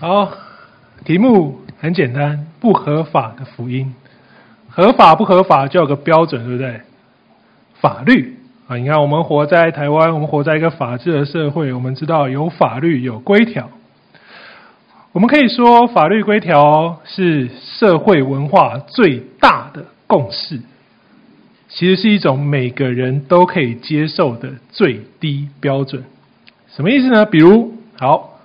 好，题目很简单，不合法的福音。合法不合法就有个标准，对不对？法律啊，你看我们活在台湾，我们活在一个法治的社会，我们知道有法律有规条。我们可以说法律规条是社会文化最大的共识，其实是一种每个人都可以接受的最低标准。什么意思呢？比如，好，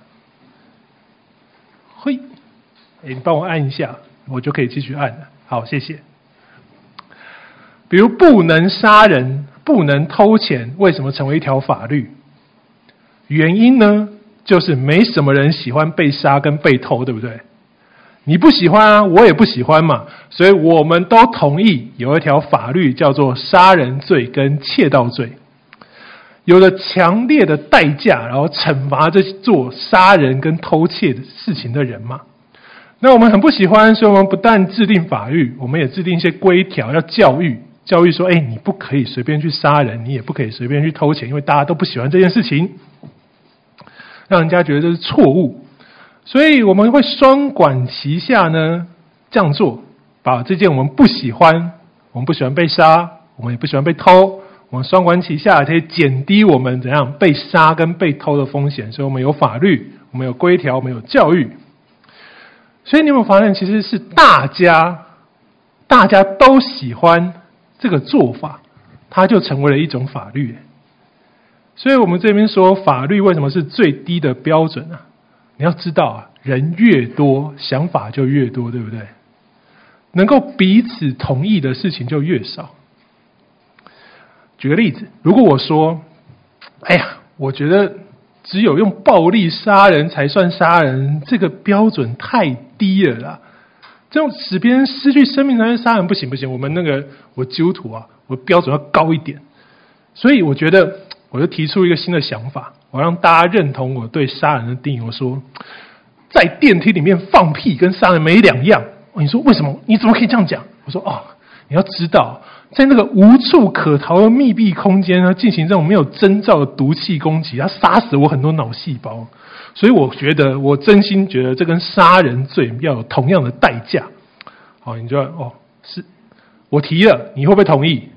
你帮我按一下，我就可以继续按了。好，谢谢。比如不能杀人，不能偷钱，为什么成为一条法律？原因呢，就是没什么人喜欢被杀跟被偷，对不对？你不喜欢啊，我也不喜欢嘛，所以我们都同意有一条法律叫做杀人罪跟窃盗罪，有了强烈的代价，然后惩罚这做杀人跟偷窃的事情的人嘛。那我们很不喜欢，所以我们不但制定法律，我们也制定一些规条，要教育说，你不可以随便去杀人，你也不可以随便去偷钱，因为大家都不喜欢这件事情，让人家觉得这是错误。所以我们会双管齐下呢，这样做，把这件我们不喜欢被杀，我们也不喜欢被偷，我们双管齐下可以减低我们怎样被杀跟被偷的风险。所以我们有法律，我们有规条，我们有教育。所以你有没有发现，其实是大家都喜欢这个做法，它就成为了一种法律。所以我们这边说法律为什么是最低的标准啊？你要知道啊，人越多，想法就越多，对不对？能够彼此同意的事情就越少。举个例子，如果我说，我觉得只有用暴力杀人才算杀人，这个标准太低了啦。这种使别人失去生命才算杀人，不行，我基督徒啊，我标准要高一点。所以我觉得，我就提出一个新的想法，我让大家认同我对杀人的定义。我说，在电梯里面放屁跟杀人没两样。你说为什么？你怎么可以这样讲？我说你要知道，在那个无处可逃的密闭空间呢，进行这种没有征兆的毒气攻击，它杀死我很多脑细胞。所以我真心觉得这跟杀人罪要有同样的代价。好，你是我提了，你会不会同意？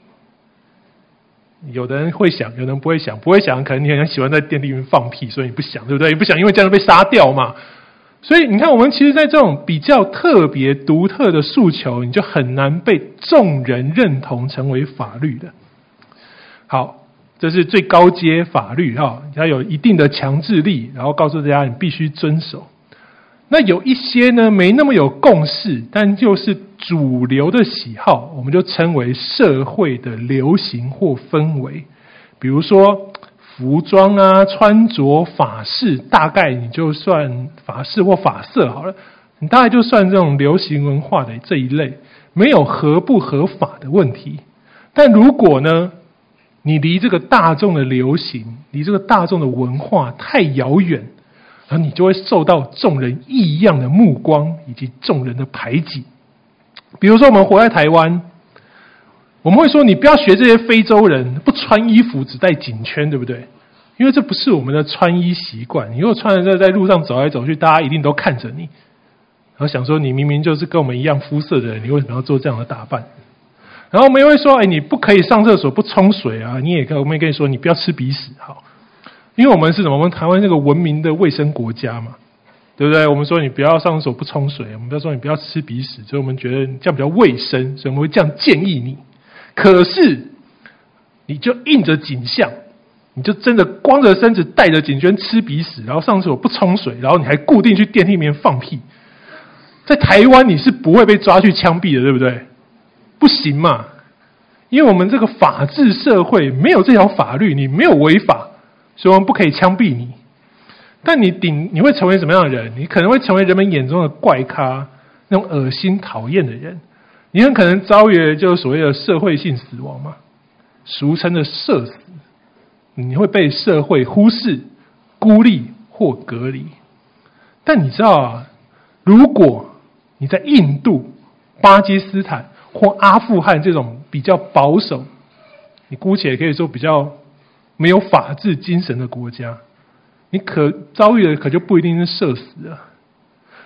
有的人会想，有的人不会想。不会想，可能你很喜欢在电梯里面放屁，所以你不想，对不对？你不想因为这样被杀掉嘛。所以你看，我们其实在这种比较特别独特的诉求，你就很难被众人认同成为法律的。好，这是最高阶法律它有一定的强制力，然后告诉大家你必须遵守。那有一些呢没那么有共识，但就是主流的喜好，我们就称为社会的流行或氛围。比如说服装啊、穿着、法式，大概你就算法式或法色好了，你大概就算这种流行文化的这一类，没有合不合法的问题。但如果呢，你离这个大众的流行，离这个大众的文化太遥远，然后你就会受到众人异样的目光以及众人的排挤。比如说我们活在台湾，我们会说你不要学这些非洲人，不穿衣服只戴颈圈，对不对？因为这不是我们的穿衣习惯。你如果穿着这在路上走来走去，大家一定都看着你，然后想说你明明就是跟我们一样肤色的人，你为什么要做这样的打扮？然后我们也会说，你不可以上厕所不冲水啊！我们也可以说你不要吃鼻屎，好，因为我们是什么？我们台湾这个文明的卫生国家嘛，对不对？我们说你不要上厕所不冲水，我们不要说你不要吃鼻屎，所以我们觉得这样比较卫生，所以我们会这样建议你。可是你就硬着颈项，你就真的光着身子带着颈圈吃鼻屎，然后上厕所不冲水，然后你还固定去电梯里面放屁，在台湾你是不会被抓去枪毙的，对不对？不行嘛，因为我们这个法治社会没有这条法律，你没有违法，所以我们不可以枪毙你。但你会成为什么样的人？你可能会成为人们眼中的怪咖，那种恶心讨厌的人。你很可能遭遇就是所谓的社会性死亡嘛，俗称的社死。你会被社会忽视、孤立或隔离。但你知道啊，如果你在印度、巴基斯坦或阿富汗这种比较保守，你姑且可以说比较没有法治精神的国家，你可遭遇的可就不一定是社死了，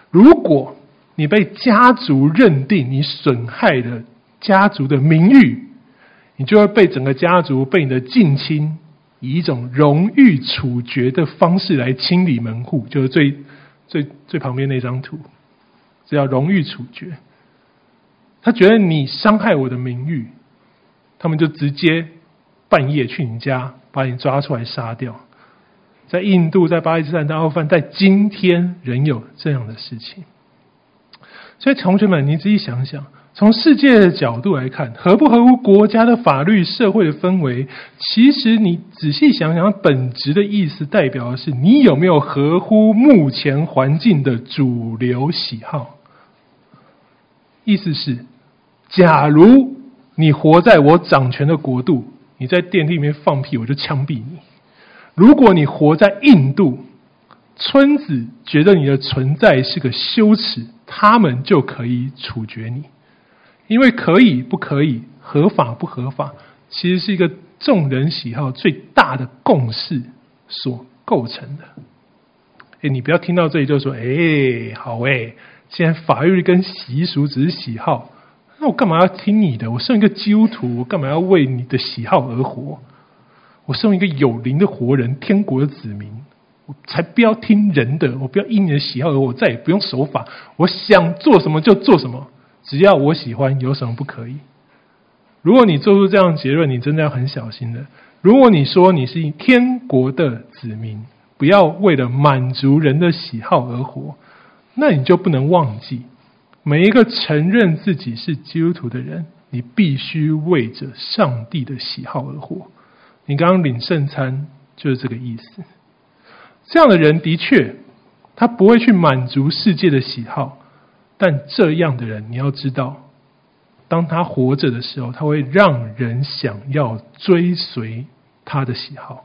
如果你被家族认定你损害了家族的名誉，你就会被整个家族、被你的近亲以一种荣誉处决的方式来清理门户，就是最旁边那张图，这叫荣誉处决。他觉得你伤害我的名誉，他们就直接半夜去你家把你抓出来杀掉。在印度，在巴基斯坦，在阿富汗，在今天仍有这样的事情。所以同学们，你仔细想想，从世界的角度来看，合不合乎国家的法律、社会的氛围，其实你仔细想想，本质的意思代表的是你有没有合乎目前环境的主流喜好。意思是，假如你活在我掌权的国度，你在电梯里面放屁，我就枪毙你。如果你活在印度，村子觉得你的存在是个羞耻，他们就可以处决你。因为可以不可以，合法不合法，其实是一个众人喜好最大的共识所构成的。你不要听到这里就说好现在法律跟习俗只是喜好，那我干嘛要听你的？我身为一个基督徒，我干嘛要为你的喜好而活？我身为一个有灵的活人，天国的子民，我才不要听人的，我不要因你的喜好而活，我再也不用守法，我想做什么就做什么，只要我喜欢，有什么不可以？如果你做出这样的结论，你真的要很小心的。如果你说你是天国的子民，不要为了满足人的喜好而活，那你就不能忘记，每一个承认自己是基督徒的人，你必须为着上帝的喜好而活。你刚刚领圣餐就是这个意思。这样的人的确，他不会去满足世界的喜好，但这样的人，你要知道，当他活着的时候，他会让人想要追随他的喜好。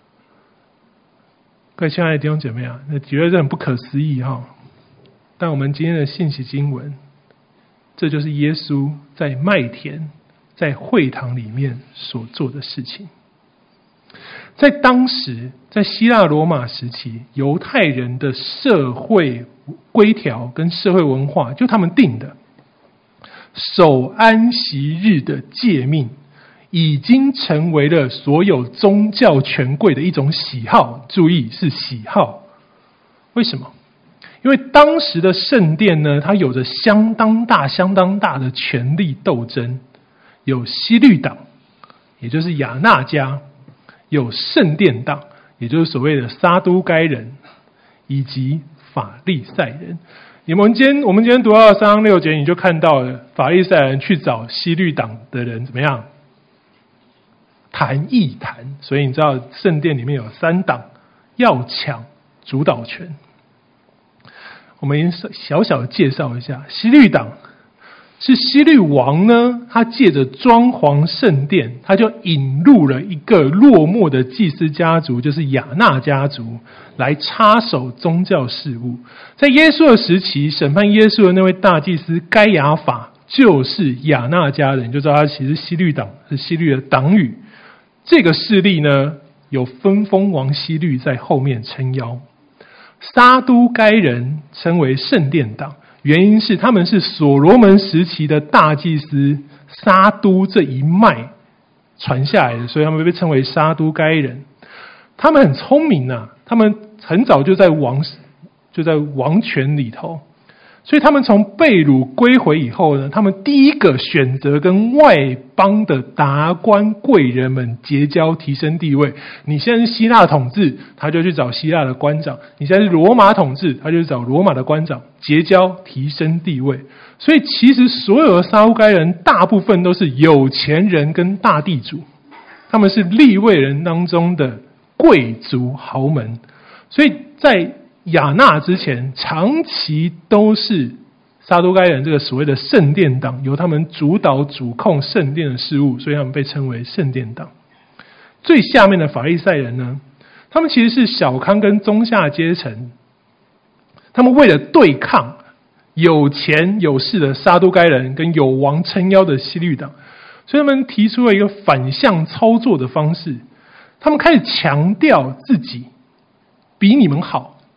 各位亲爱的弟兄姐妹啊，那觉得这很不可思议哈。但我们今天的信息经文，这就是耶稣在麦田、在会堂里面所做的事情。在当时，在希腊罗马时期，犹太人的社会规条跟社会文化，就他们定的守安息日的诫命，已经成为了所有宗教权贵的一种喜好。注意，是喜好。为什么？因为当时的圣殿呢，它有着相当大的权力斗争，有希律党，也就是亚纳家，有圣殿党，也就是所谓的撒都该人，以及法利赛人。我们今天读到3章6节，你就看到了法利赛人去找希律党的人怎么样谈议谈。所以你知道圣殿里面有3党要抢主导权。我们小小的介绍一下，希律党是希律王呢，他借着装潢圣殿，他就引入了一个落寞的祭司家族，就是亚纳家族，来插手宗教事务。在耶稣的时期，审判耶稣的那位大祭司该亚法，就是亚纳家人，就知道他其实希律党是希律的党羽。这个势力呢，有分封王希律在后面撑腰。撒都该人称为圣殿党，原因是他们是所罗门时期的大祭司撒都这一脉传下来的，所以他们被称为撒都该人。他们很聪明啊，他们很早就在王权里头，所以他们从被掳归回以后呢，他们第一个选择跟外邦的达官贵人们结交，提升地位。你现在是希腊统治，他就去找希腊的官长；你现在是罗马统治，他就去找罗马的官长，结交提升地位。所以其实所有的撒都该人大部分都是有钱人跟大地主，他们是利未人当中的贵族豪门。所以在亚纳之前，长期都是撒都该人这个所谓的圣殿党，由他们主导主控圣殿的事务，所以他们被称为圣殿党。最下面的法利赛人呢，他们其实是小康跟中下阶层，他们为了对抗有钱有势的撒都该人跟有王撑腰的希律党，所以他们提出了一个反向操作的方式。他们开始强调自己比你们好，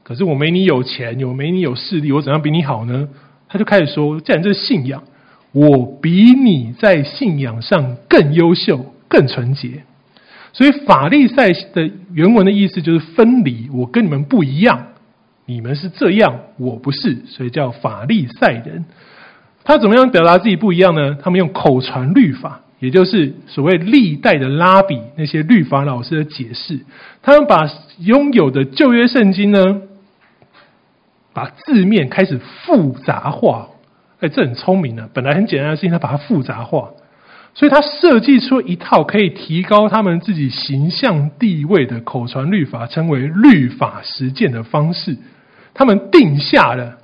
可是我没你有钱，我没你有势力，我怎样比你好呢？他就开始说，既然这是信仰，我比你在信仰上更优秀，更纯洁。所以法利赛的原文的意思就是分离，我跟你们不一样，你们是这样，我不是，所以叫法利赛人。他怎么样表达自己不一样呢？他们用口传律法，也就是所谓历代的拉比，那些律法老师的解释，他们把拥有的旧约圣经呢，把字面开始复杂化。这很聪明啊，本来很简单的事情，他把它复杂化。所以他设计出一套可以提高他们自己形象地位的口传律法，称为律法实践的方式。他们定下了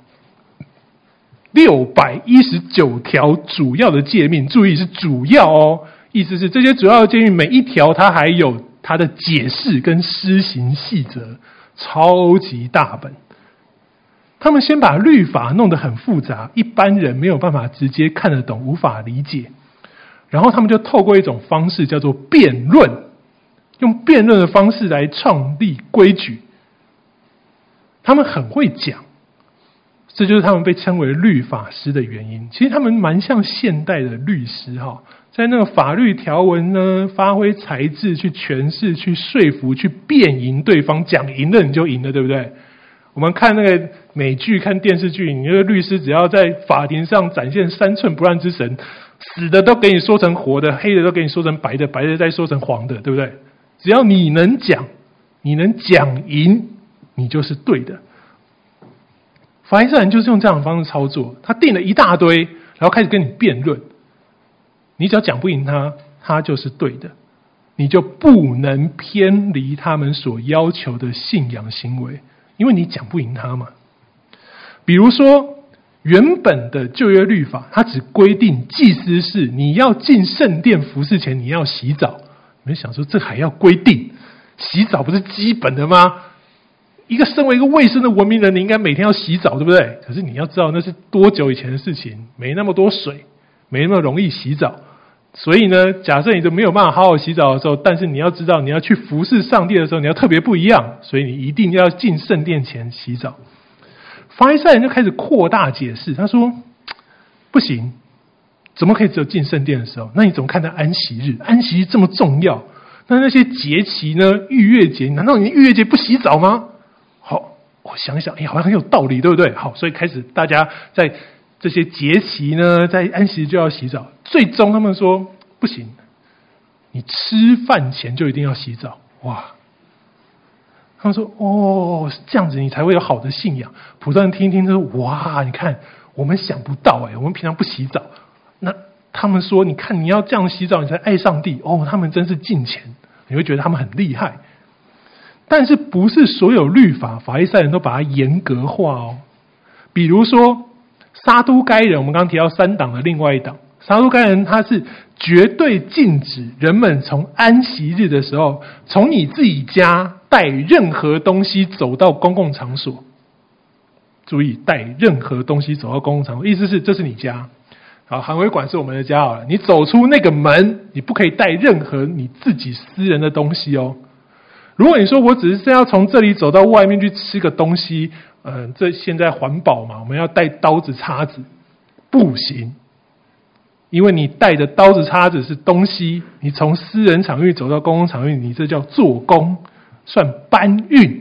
619条主要的诫命，注意是主要哦，意思是这些主要的诫命每一条它还有它的解释跟施行细则，超级大本。他们先把律法弄得很复杂，一般人没有办法直接看得懂，无法理解。然后他们就透过一种方式叫做辩论，用辩论的方式来创立规矩。他们很会讲，这就是他们被称为律法师的原因。其实他们蛮像现代的律师哈，在那个法律条文呢，发挥才智去诠释、去说服、去辩赢对方，讲赢了你就赢了，对不对？我们看那个美剧、看电视剧，你那个律师只要在法庭上展现3寸不烂之神，死的都给你说成活的，黑的都给你说成白的，白的再说成黄的，对不对？只要你能讲，你能讲赢，你就是对的。法利赛人就是用这样的方式操作，他定了一大堆，然后开始跟你辩论。你只要讲不赢他，他就是对的，你就不能偏离他们所要求的信仰行为，因为你讲不赢他嘛。比如说，原本的旧约律法，它只规定祭司是你要进圣殿服侍前你要洗澡。你们想说这还要规定？洗澡不是基本的吗？一个身为一个卫生的文明人，你应该每天要洗澡，对不对？可是你要知道那是多久以前的事情，没那么多水，没那么容易洗澡。所以呢，假设你就没有办法好好洗澡的时候，但是你要知道你要去服侍上帝的时候，你要特别不一样，所以你一定要进圣殿前洗澡。法利赛人就开始扩大解释，他说不行，怎么可以只有进圣殿的时候？那你怎么看待安息日？安息日这么重要，那些节期呢？逾越节，难道你逾越节不洗澡吗？好，我想想，好像很有道理，对不对？好，所以开始大家在这些节期呢，在安息日就要洗澡。最终他们说不行，你吃饭前就一定要洗澡。哇！他们说哦，是这样子，你才会有好的信仰。普通人听一听就说哇，你看我们想不到我们平常不洗澡。那他们说，你看你要这样洗澡，你才爱上帝哦。他们真是敬虔，你会觉得他们很厉害。但是不是所有律法法利赛人都把它严格化哦。比如说撒都该人，我们刚刚提到3党的另外一党，撒都该人他是绝对禁止人们从安息日的时候，从你自己家带任何东西走到公共场所。注意，带任何东西走到公共场所，意思是这是你家。好，韩维馆是我们的家好了，你走出那个门，你不可以带任何你自己私人的东西哦。如果你说我只是要从这里走到外面去吃个东西，这现在环保嘛，我们要带刀子叉子，不行，因为你带的刀子叉子是东西，你从私人场域走到公共场域，你这叫做工，算搬运，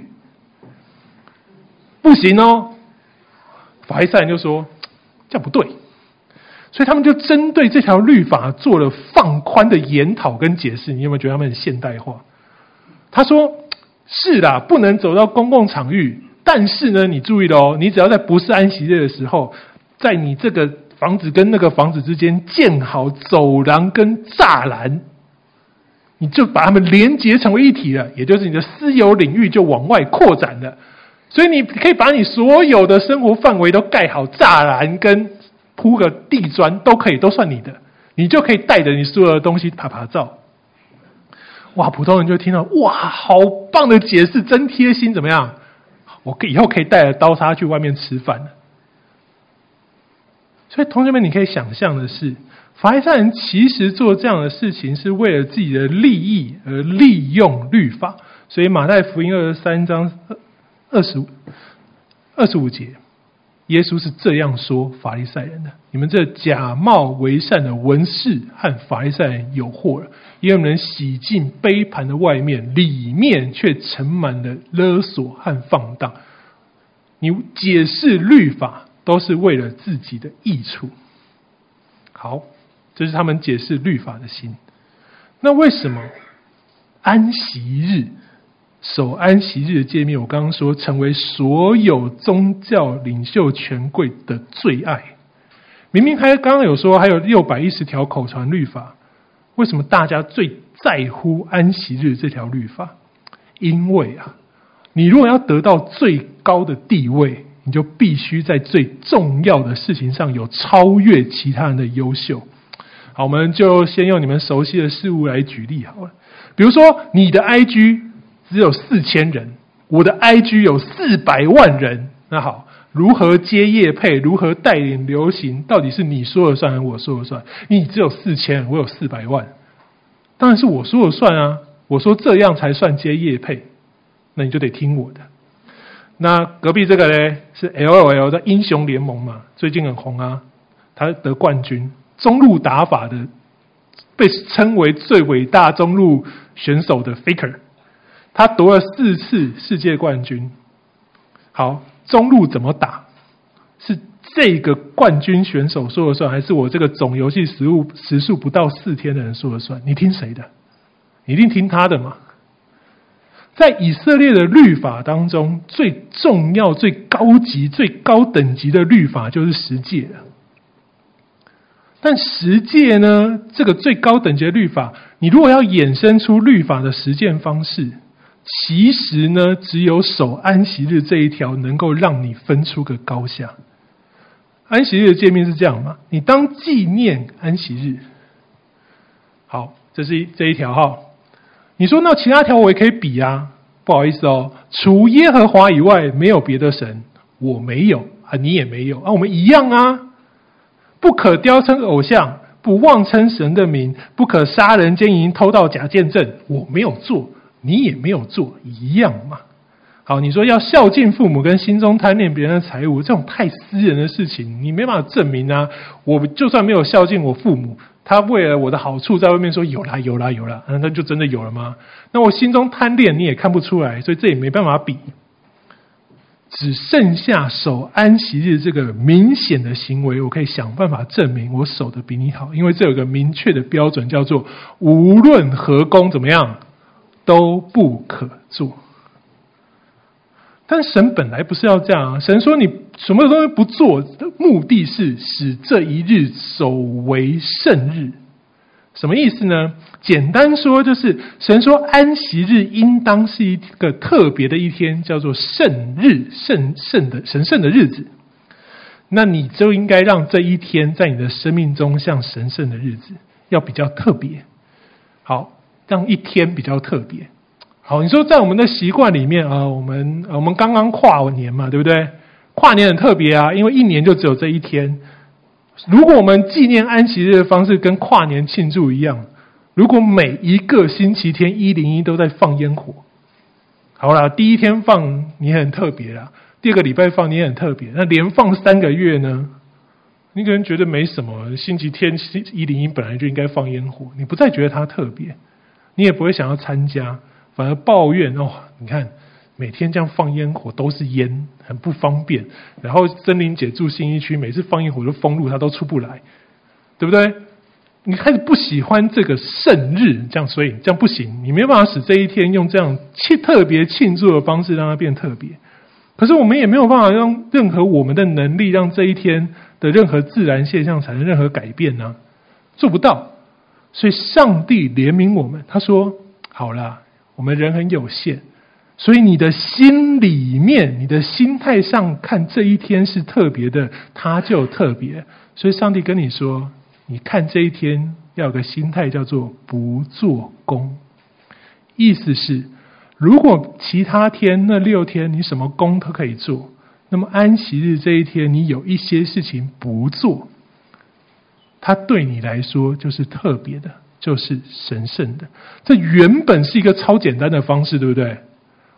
不行哦。法利赛人就说这样不对，所以他们就针对这条律法做了放宽的研讨跟解释。你有没有觉得他们很现代化？他说是啦，不能走到公共场域，但是呢，你注意了哦，你只要在不是安息日的时候，在你这个房子跟那个房子之间建好走廊跟栅栏，你就把它们连结成为一体了，也就是你的私有领域就往外扩展了。所以你可以把你所有的生活范围都盖好栅栏跟铺个地砖都可以，都算你的，你就可以带着你所有的东西拍拍照。哇，普通人就听到哇，好棒的解释，真贴心，怎么样？我以后可以带着刀叉去外面吃饭了。所以同学们，你可以想象的是，法利赛人其实做这样的事情是为了自己的利益而利用律法。所以马太福音23章25 25节，耶稣是这样说法利赛人的：你们这假冒为善的文士和法利赛人有祸了，因为你们洗净杯盘的外面，里面却盛满了勒索和放荡。你解释律法都是为了自己的益处。好，这是他们解释律法的心。那为什么安息日守安息日的诫命，我刚刚说成为所有宗教领袖权贵的最爱？明明刚刚有说还有610条口传律法，为什么大家最在乎安息日这条律法？因为你如果要得到最高的地位，你就必须在最重要的事情上有超越其他人的优秀。好，我们就先用你们熟悉的事物来举例好了。比如说你的 IG 只有4000人，我的 IG 有400万人，那好，如何接业配，如何带领流行，到底是你说了算还是我说了算？你只有4000，我有400万，当然是我说了算啊，我说这样才算接业配，那你就得听我的。那隔壁这个呢是 LOL 的英雄联盟嘛，最近很红啊，他得冠军，中路打法的，被称为最伟大中路选手的 Faker， 他夺了4次世界冠军。好，中路怎么打？是这个冠军选手说了算，还是我这个总游戏时数不到4天的人说了算？你听谁的？你一定听他的嘛。在以色列的律法当中，最重要、最高级、最高等级的律法就是十诫了。但十诫呢，这个最高等级的律法，你如果要衍生出律法的实践方式，其实呢，只有守安息日这一条能够让你分出个高下。安息日的诫命是这样嘛？你当纪念安息日。好，这是这一条哈。你说那其他条我也可以比啊，不好意思哦，除耶和华以外没有别的神，我没有啊，你也没有啊，我们一样啊。不可雕称偶像，不妄称神的名，不可杀人奸淫偷盗假见证，我没有做，你也没有做，一样嘛。好，你说要孝敬父母跟心中贪恋别人的财物，这种太私人的事情你没办法证明啊。我就算没有孝敬我父母，他为了我的好处在外面说有啦，那就真的有了吗？那我心中贪恋你也看不出来，所以这也没办法比。只剩下守安息日这个明显的行为，我可以想办法证明我守的比你好，因为这有个明确的标准，叫做无论何工怎么样都不可做。但神本来不是要这样啊！神说你什么东西不做，目的是使这一日守为圣日。什么意思呢？简单说就是神说安息日应当是一个特别的一天，叫做圣日，神圣的日子。那你就应该让这一天在你的生命中像神圣的日子，要比较特别。好，让一天比较特别。好，你说在我们的习惯里面我们刚刚跨年嘛，对不对？跨年很特别啊，因为一年就只有这一天。如果我们纪念安息日的方式跟跨年庆祝一样，如果每一个星期天101都在放烟火，好啦，第一天放你很特别啦，第二个礼拜放你很特别，那连放3个月呢？你可能觉得没什么，星期天101本来就应该放烟火，你不再觉得它特别，你也不会想要参加，反而抱怨你看每天这样放烟火都是烟，很不方便。然后森林姐住信义区，每次放烟火都封路，她都出不来，对不对？你开始不喜欢这个圣日，这样，所以这样不行，你没办法使这一天用这样特别庆祝的方式让它变特别。可是我们也没有办法让任何我们的能力让这一天的任何自然现象产生任何改变啊，做不到。所以上帝怜悯我们，他说好啦，我们人很有限，所以你的心里面，你的心态上看这一天是特别的，它就特别。所以上帝跟你说，你看这一天要有个心态叫做不做工。意思是，如果其他天那6天你什么工都可以做，那么安息日这一天你有一些事情不做，它对你来说就是特别的，就是神圣的。这原本是一个超简单的方式，对不对？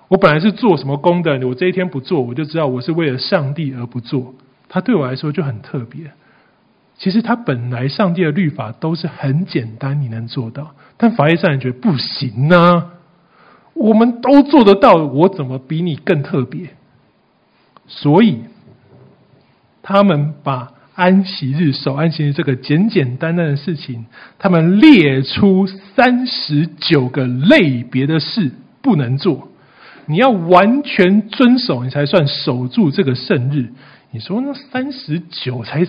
我本来是做什么工的，我这一天不做，我就知道我是为了上帝而不做。他对我来说就很特别。其实他本来上帝的律法都是很简单，你能做到，但法利赛人觉得不行啊，我们都做得到，我怎么比你更特别？所以他们把安息日守安息日这个简简单单的事情，他们列出39个类别的事不能做，你要完全遵守，你才算守住这个圣日。你说那39才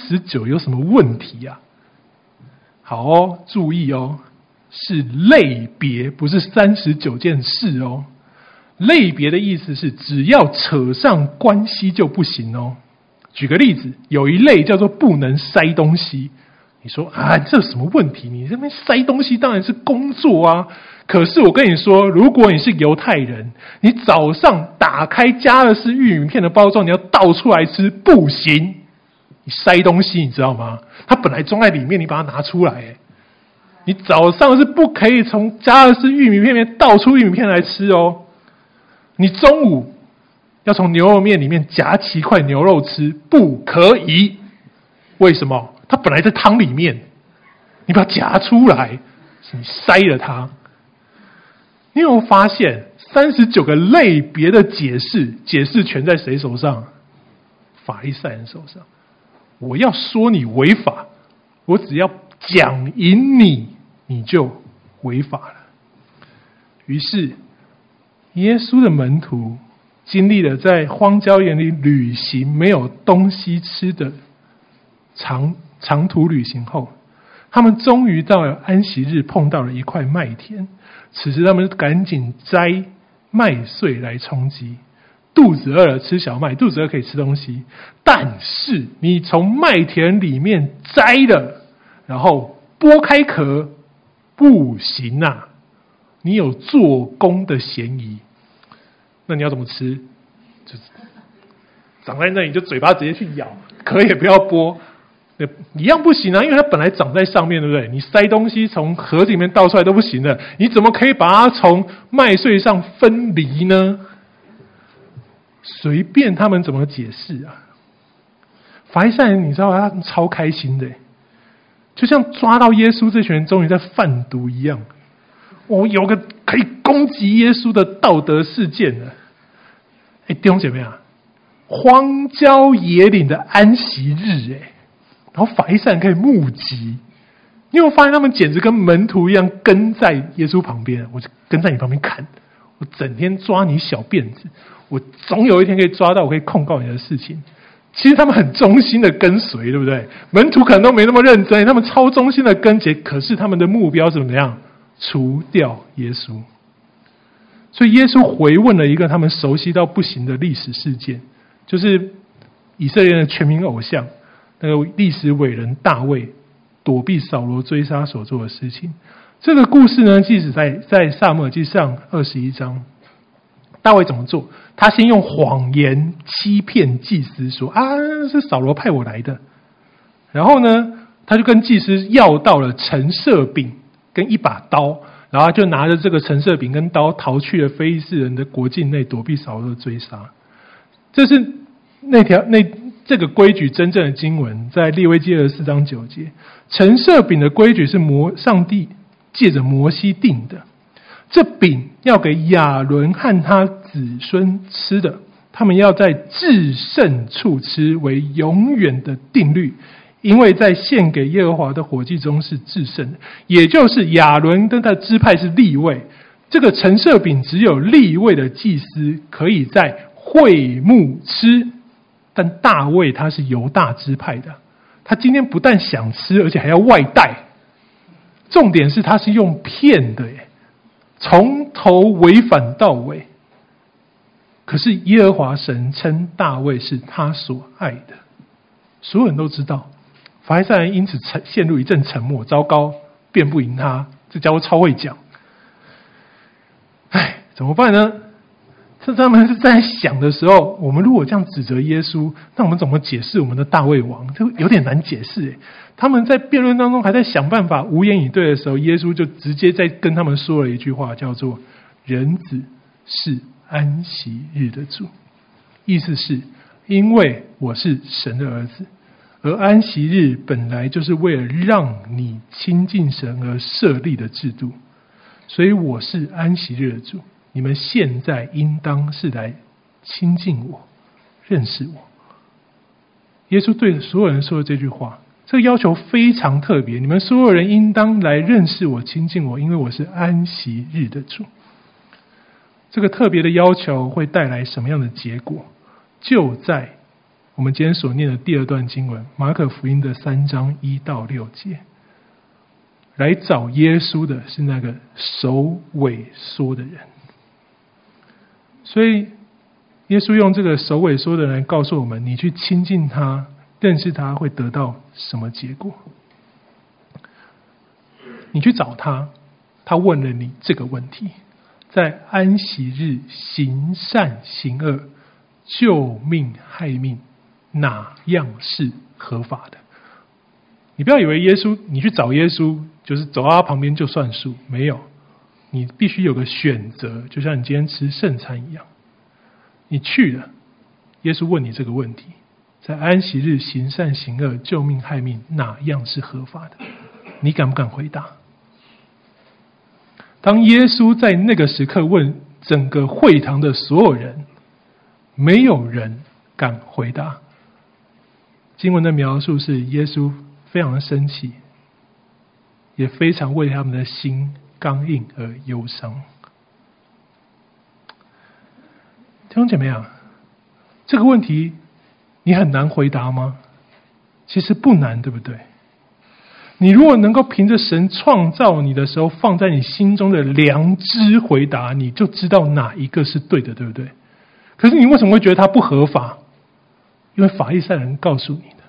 39有什么问题啊？好哦，注意哦，是类别，不是39件事哦。类别的意思是只要扯上关系就不行哦。举个例子，有一类叫做不能塞东西。你说啊，这有什么问题？你这边塞东西当然是工作啊。可是我跟你说，如果你是犹太人，你早上打开家乐氏玉米片的包装，你要倒出来吃，不行。你塞东西，你知道吗？它本来装在里面，你把它拿出来，你早上是不可以从家乐氏玉米片里面倒出玉米片来吃哦。你中午要从牛肉面里面夹起一块牛肉吃，不可以。为什么？它本来在汤里面，你把它夹出来，你塞了它。你有没有发现39个类别的解释权在谁手上？法利赛人手上。我要说你违法，我只要讲赢你，你就违法了。于是耶稣的门徒经历了在荒郊野里旅行没有东西吃的长途旅行后，他们终于到了安息日，碰到了一块麦田。此时他们赶紧摘麦穗来充饥，肚子饿了吃小麦，肚子饿可以吃东西。但是你从麦田里面摘了，然后剥开壳，不行啊，你有做工的嫌疑。那你要怎么吃？就长在那里，就嘴巴直接去咬，壳也不要剥。一样不行啊，因为它本来长在上面，对不对？你塞东西从盒子里面倒出来都不行的，你怎么可以把它从麦穗上分离呢？随便他们怎么解释啊。法利赛人你知道他们超开心的，就像抓到耶稣这群人终于在贩毒一样。我有个可以攻击耶稣的道德事件了。弟兄姐妹啊，荒郊野岭的安息日，然后法利赛人可以目击，你有没有发现他们简直跟门徒一样跟在耶稣旁边？我就跟在你旁边看，我整天抓你小辫子，我总有一天可以抓到我可以控告你的事情。其实他们很忠心的跟随，对不对？门徒可能都没那么认真，他们超忠心的跟随，可是他们的目标是怎么样？除掉耶稣。所以耶稣回问了一个他们熟悉到不行的历史事件，就是以色列的全民偶像那个历史伟人大卫躲避扫罗追杀所做的事情。这个故事呢，即使在撒母耳记上21章，大卫怎么做？他先用谎言欺骗祭司说啊，是扫罗派我来的。然后呢，他就跟祭司要到了陈设饼跟一把刀，然后就拿着这个陈设饼跟刀逃去了非利士人的国境内，躲避扫罗的追杀。这是这个规矩真正的经文，在利未记24章9节。陈设饼的规矩是上帝借着摩西定的，这饼要给亚伦和他子孙吃的，他们要在至圣处吃，为永远的定律，因为在献给耶和华的火祭中是至圣的。也就是亚伦跟他的支派是利未，这个陈设饼只有利未的祭司可以在会幕吃，但大卫他是犹大支派的，他今天不但想吃，而且还要外带。重点是他是用骗的，从头违反到尾。可是耶和华神称大卫是他所爱的，所有人都知道。法利赛人因此陷入一阵沉默，糟糕，辩不赢他，这家伙超会讲。怎么办呢？这他们是在想的时候，我们如果这样指责耶稣，那我们怎么解释我们的大卫王？这有点难解释。他们在辩论当中还在想办法，无言以对的时候，耶稣就直接在跟他们说了一句话，叫做人子是安息日的主。意思是，因为我是神的儿子，而安息日本来就是为了让你亲近神而设立的制度，所以我是安息日的主。你们现在应当是来亲近我，认识我。耶稣对所有人说的这句话，这个要求非常特别，你们所有人应当来认识我、亲近我，因为我是安息日的主。这个特别的要求会带来什么样的结果？就在我们今天所念的第二段经文，马可福音的3章1到6节。来找耶稣的是那个手萎缩的人，所以耶稣用这个手萎缩的人来告诉我们，你去亲近他、认识他会得到什么结果？你去找他，他问了你这个问题：在安息日行善行恶、救命害命，哪样是合法的？你不要以为你去找耶稣就是走到他旁边就算数，没有，你必须有个选择，就像你今天吃圣餐一样。你去了，耶稣问你这个问题：在安息日行善行恶、救命害命，哪样是合法的？你敢不敢回答？当耶稣在那个时刻问整个会堂的所有人，没有人敢回答。经文的描述是耶稣非常的生气，也非常为他们的心刚硬而忧伤。弟兄姐妹啊，这个问题你很难回答吗？其实不难，对不对？你如果能够凭着神创造你的时候放在你心中的良知回答，你就知道哪一个是对的，对不对？可是你为什么会觉得它不合法？因为法利赛人告诉你的，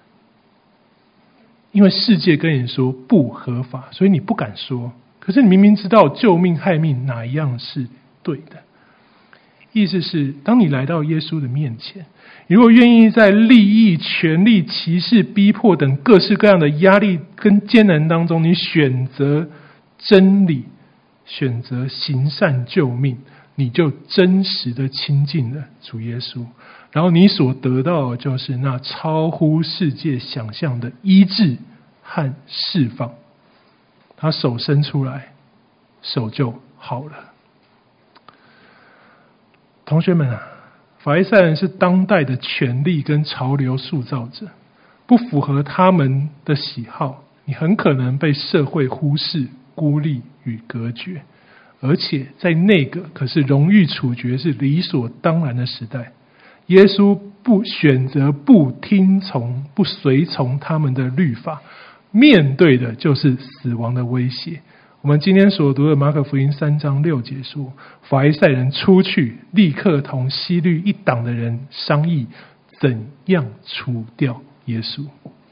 因为世界跟你说不合法，所以你不敢说。可是你明明知道救命害命哪一样是对的。意思是，当你来到耶稣的面前，你如果愿意在利益、权力、歧视、逼迫等各式各样的压力跟艰难当中，你选择真理，选择行善救命，你就真实的亲近了主耶稣，然后你所得到的就是那超乎世界想象的医治和释放。他手伸出来，手就好了。同学们啊，法利赛人是当代的权力跟潮流塑造者，不符合他们的喜好，你很可能被社会忽视、孤立与隔绝。而且在那个可是荣誉处决是理所当然的时代，耶稣不选择不听从、不随从他们的律法，面对的就是死亡的威胁。我们今天所读的马可福音3章6节说，法利赛人出去，立刻同希律一党的人商议怎样除掉耶稣。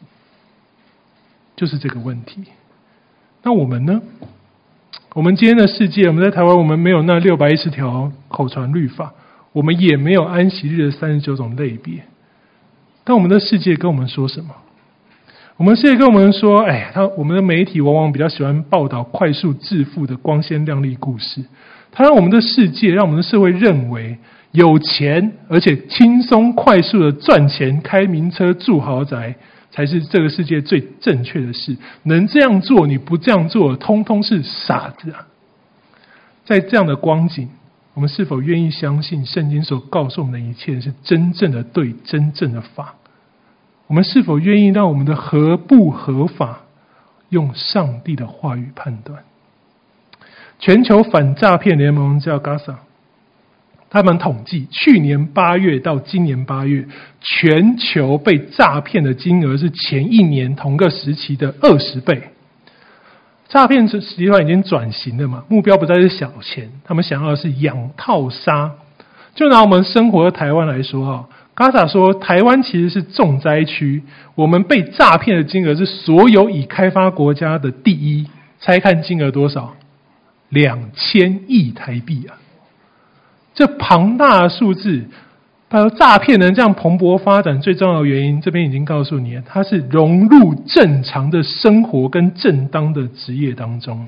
就是这个问题。那我们呢？我们今天的世界，我们在台湾，我们没有那610条口传律法，我们也没有安息日的39种类别。但我们的世界跟我们说什么？我们世界跟我们说，我们的媒体往往比较喜欢报道快速致富的光鲜亮丽故事。它让我们的世界，让我们的社会认为，有钱而且轻松快速的赚钱、开名车、住豪宅，才是这个世界最正确的事。能这样做，你不这样做，通通是傻子啊！在这样的光景，我们是否愿意相信圣经所告诉我们的一切是真正的对、真正的法？我们是否愿意让我们的合不合法用上帝的话语判断？全球反诈骗联盟叫 GASA， 他们统计去年8月到今年8月，全球被诈骗的金额是前一年同个时期的20倍。诈骗集团已经转型了嘛，目标不再是小钱，他们想要的是养套杀。就拿我们生活的台湾来说GASA 说，台湾其实是重灾区，我们被诈骗的金额是所有已开发国家的第一。猜看金额多少？2000亿台币啊！这庞大的数字，诈骗能这样蓬勃发展，最重要的原因，这边已经告诉你了，它是融入正常的生活跟正当的职业当中。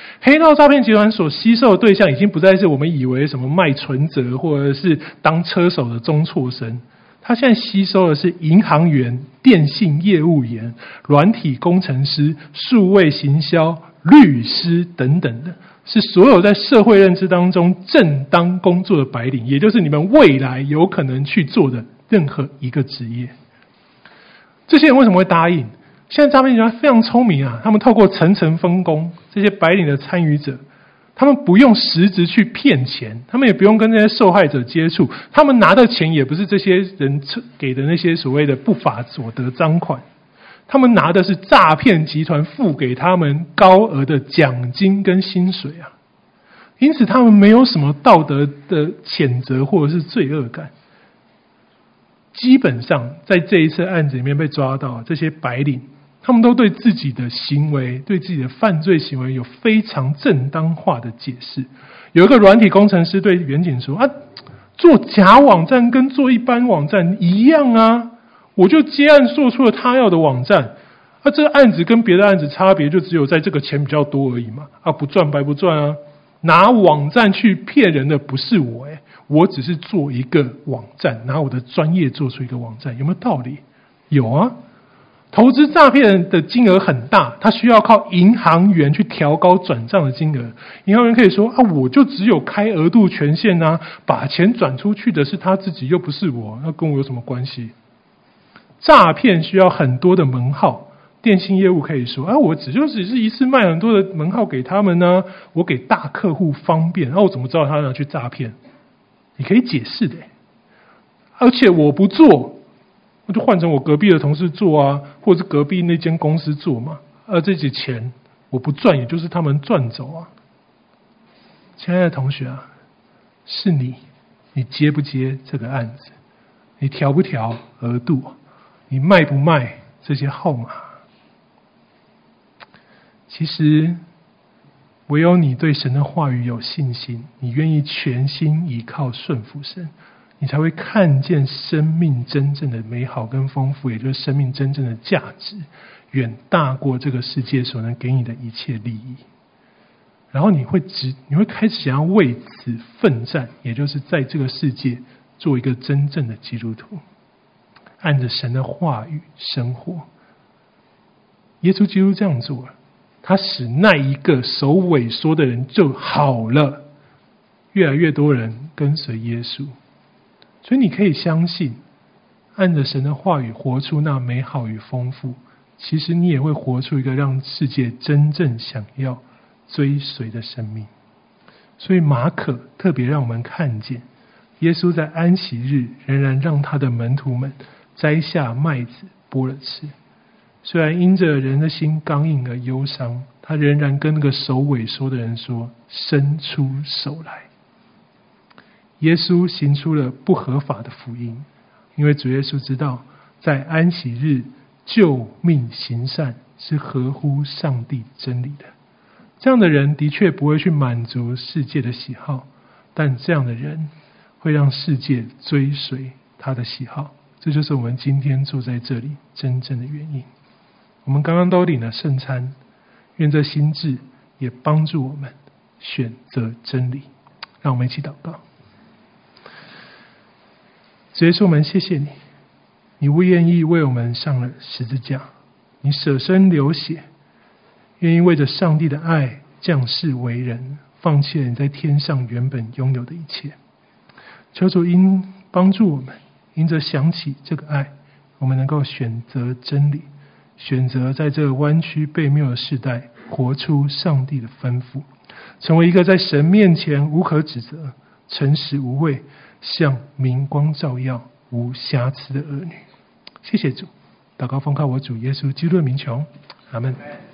黑道诈骗集团所吸收的对象已经不再是我们以为什么卖存折或者是当车手的中辍生，他现在吸收的是银行员、电信业务员、软体工程师、数位行销、律师等等的，是所有在社会认知当中正当工作的白领，也就是你们未来有可能去做的任何一个职业。这些人为什么会答应？现在诈骗集团非常聪明啊，他们透过层层分工，这些白领的参与者，他们不用实质去骗钱，他们也不用跟这些受害者接触，他们拿的钱也不是这些人给的那些所谓的不法所得赃款，他们拿的是诈骗集团付给他们高额的奖金跟薪水啊，因此他们没有什么道德的谴责或者是罪恶感。基本上在这一次案子里面被抓到这些白领，他们都对自己的行为、对自己的犯罪行为有非常正当化的解释。有一个软体工程师对远景说：“啊，做假网站跟做一般网站一样啊，我就接案做出了他要的网站。这个案子跟别的案子差别就只有在这个钱比较多而已嘛。不赚白不赚啊！拿网站去骗人的不是我我只是做一个网站，拿我的专业做出一个网站，有没有道理？有啊。”投资诈骗的金额很大，他需要靠银行员去调高转账的金额。银行员可以说：“我就只有开额度权限啊，把钱转出去的是他自己，又不是我，那跟我有什么关系？”诈骗需要很多的门号，电信业务可以说：“我只是一次卖很多的门号给他们呢，我给大客户方便，我怎么知道他拿去诈骗？你可以解释的，而且我不做。”我就换成我隔壁的同事做啊，或者是隔壁那间公司做嘛。这些钱我不赚，也就是他们赚走啊。亲爱的同学啊，是你接不接这个案子？你调不调额度？你卖不卖这些号码？其实，唯有你对神的话语有信心，你愿意全心依靠顺服神，你才会看见生命真正的美好跟丰富，也就是生命真正的价值，远大过这个世界所能给你的一切利益。然后你会开始想要为此奋战，也就是在这个世界做一个真正的基督徒，按着神的话语生活。耶稣基督这样做了，他使那一个手萎缩的人就好了，越来越多人跟随耶稣。所以你可以相信，按着神的话语活出那美好与丰富，其实你也会活出一个让世界真正想要追随的生命。所以马可特别让我们看见，耶稣在安息日仍然让他的门徒们摘下麦子剥了吃。虽然因着人的心刚硬而忧伤，他仍然跟那个手萎缩的人说：“伸出手来。”耶稣行出了不合法的福音，因为主耶稣知道，在安息日救命行善是合乎上帝真理的。这样的人的确不会去满足世界的喜好，但这样的人会让世界追随他的喜好。这就是我们今天坐在这里真正的原因。我们刚刚都领了圣餐，愿这心志也帮助我们选择真理。让我们一起祷告。主耶稣，我们谢谢你，你不愿意为我们上了十字架，你舍身流血，愿意为着上帝的爱降世为人，放弃了你在天上原本拥有的一切。求主因帮助我们，因着想起这个爱，我们能够选择真理，选择在这个弯曲悖谬的世代活出上帝的吩咐，成为一个在神面前无可指责、诚实无畏、像明光照耀、无瑕疵的儿女。谢谢主，祷告奉靠我主耶稣基督的名求，阿们。